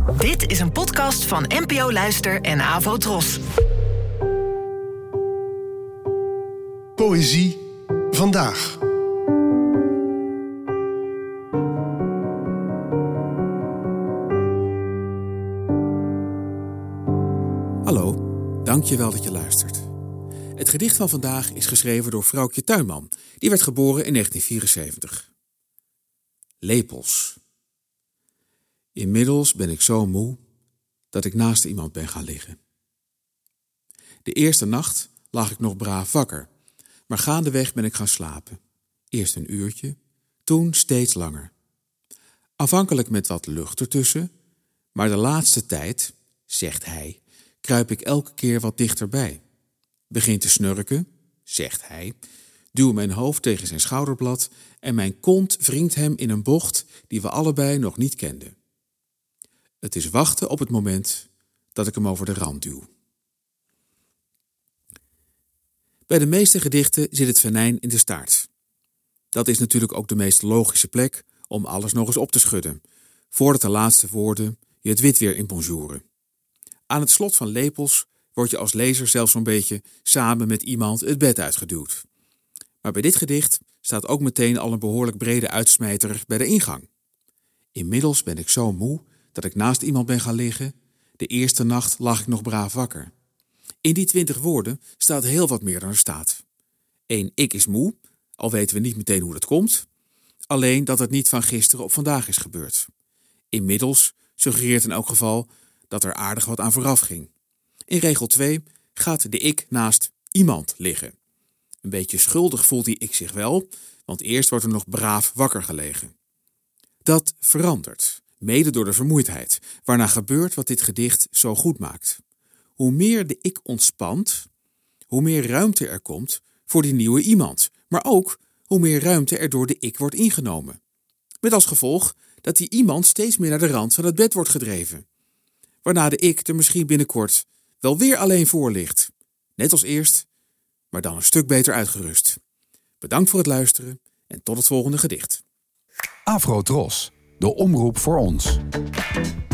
Dit is een podcast van NPO Luister en Avo Tros. Poëzie vandaag. Hallo, dankjewel dat je luistert. Het gedicht van vandaag is geschreven door Vrouwtje Tuinman. Die werd geboren in 1974. Lepels. Inmiddels ben ik zo moe dat ik naast iemand ben gaan liggen. De eerste nacht lag ik nog braaf wakker, maar gaandeweg ben ik gaan slapen. Eerst een uurtje, toen steeds langer. Aanvankelijk met wat lucht ertussen, maar de laatste tijd, zegt hij, kruip ik elke keer wat dichterbij. Begin te snurken, zegt hij, duw mijn hoofd tegen zijn schouderblad en mijn kont wringt hem in een bocht die we allebei nog niet kenden. Het is wachten op het moment dat ik hem over de rand duw. Bij de meeste gedichten zit het venijn in de staart. Dat is natuurlijk ook de meest logische plek om alles nog eens op te schudden, voordat de laatste woorden je het wit weer inbonjouren. Aan het slot van Lepels word je als lezer zelfs zo'n beetje samen met iemand het bed uitgeduwd. Maar bij dit gedicht staat ook meteen al een behoorlijk brede uitsmijter bij de ingang. Inmiddels ben ik zo moe dat ik naast iemand ben gaan liggen. De eerste nacht lag ik nog braaf wakker. In die 20 woorden staat heel wat meer dan er staat. Ik is moe, al weten we niet meteen hoe dat komt. Alleen dat het niet van gisteren op vandaag is gebeurd. Inmiddels suggereert in elk geval dat er aardig wat aan vooraf ging. In regel 2 gaat de ik naast iemand liggen. Een beetje schuldig voelt die ik zich wel, want eerst wordt er nog braaf wakker gelegen. Dat verandert, mede door de vermoeidheid, waarna gebeurt wat dit gedicht zo goed maakt. Hoe meer de ik ontspant, hoe meer ruimte er komt voor die nieuwe iemand, maar ook hoe meer ruimte er door de ik wordt ingenomen. Met als gevolg dat die iemand steeds meer naar de rand van het bed wordt gedreven. Waarna de ik er misschien binnenkort wel weer alleen voor ligt. Net als eerst, maar dan een stuk beter uitgerust. Bedankt voor het luisteren en tot het volgende gedicht. Avo Tros, de omroep voor ons.